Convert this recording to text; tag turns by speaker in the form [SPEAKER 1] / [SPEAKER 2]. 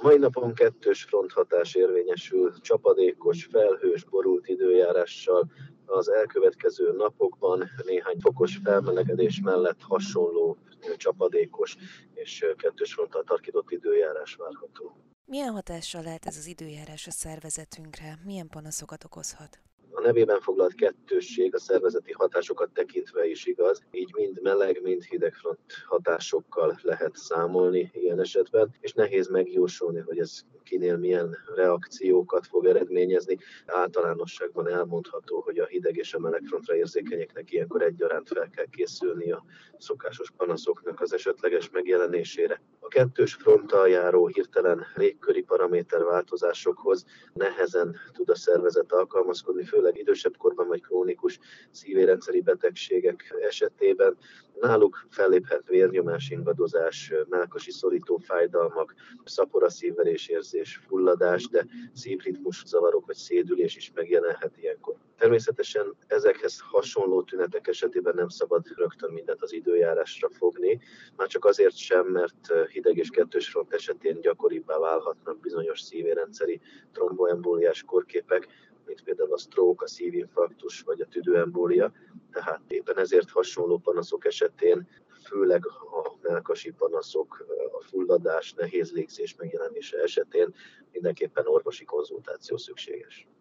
[SPEAKER 1] Mai napon kettős fronthatás érvényesül, csapadékos, felhős, borult időjárással. Az elkövetkező napokban néhány fokos felmelegedés mellett hasonló csapadékos és kettős fronttal tarkított időjárás várható.
[SPEAKER 2] Milyen hatással lehet ez az időjárás a szervezetünkre? Milyen panaszokat okozhat?
[SPEAKER 1] A nevében foglalt kettősség a szervezeti hatásokat tekintve is igaz, így mind meleg, mind hidegfront hatásokkal lehet számolni ilyen esetben, és nehéz megjósolni, hogy ez kinél milyen reakciókat fog eredményezni. Általánosságban elmondható, hogy a hideg és a melegfrontra érzékenyeknek ilyenkor egyaránt fel kell készülni a szokásos panaszoknak az esetleges megjelenésére. A kettős fronttal járó hirtelen légköri paraméterváltozásokhoz nehezen tud a szervezet alkalmazkodni, főleg idősebb korban vagy krónikus szívérendszeri betegségek esetében. Náluk felléphet vérnyomásingadozás, mellkasi szorító fájdalmak, szapora szívverésérzés, fulladás, de szívritmus zavarok vagy szédülés is megjelenhet ilyenkor. Természetesen ezekhez hasonló tünetek esetében nem szabad rögtön mindent az időjárásra fogni, már csak azért sem, mert hideg és kettős front esetén gyakoribbá válhatnak bizonyos szívérendszeri tromboembóliás kórképek, mint például a stroke, a szívinfarktus vagy a tüdőembólia. Tehát éppen ezért hasonló panaszok esetén, főleg a mellkasi panaszok, a fulladás, nehéz légzés megjelenése esetén mindenképpen orvosi konzultáció szükséges.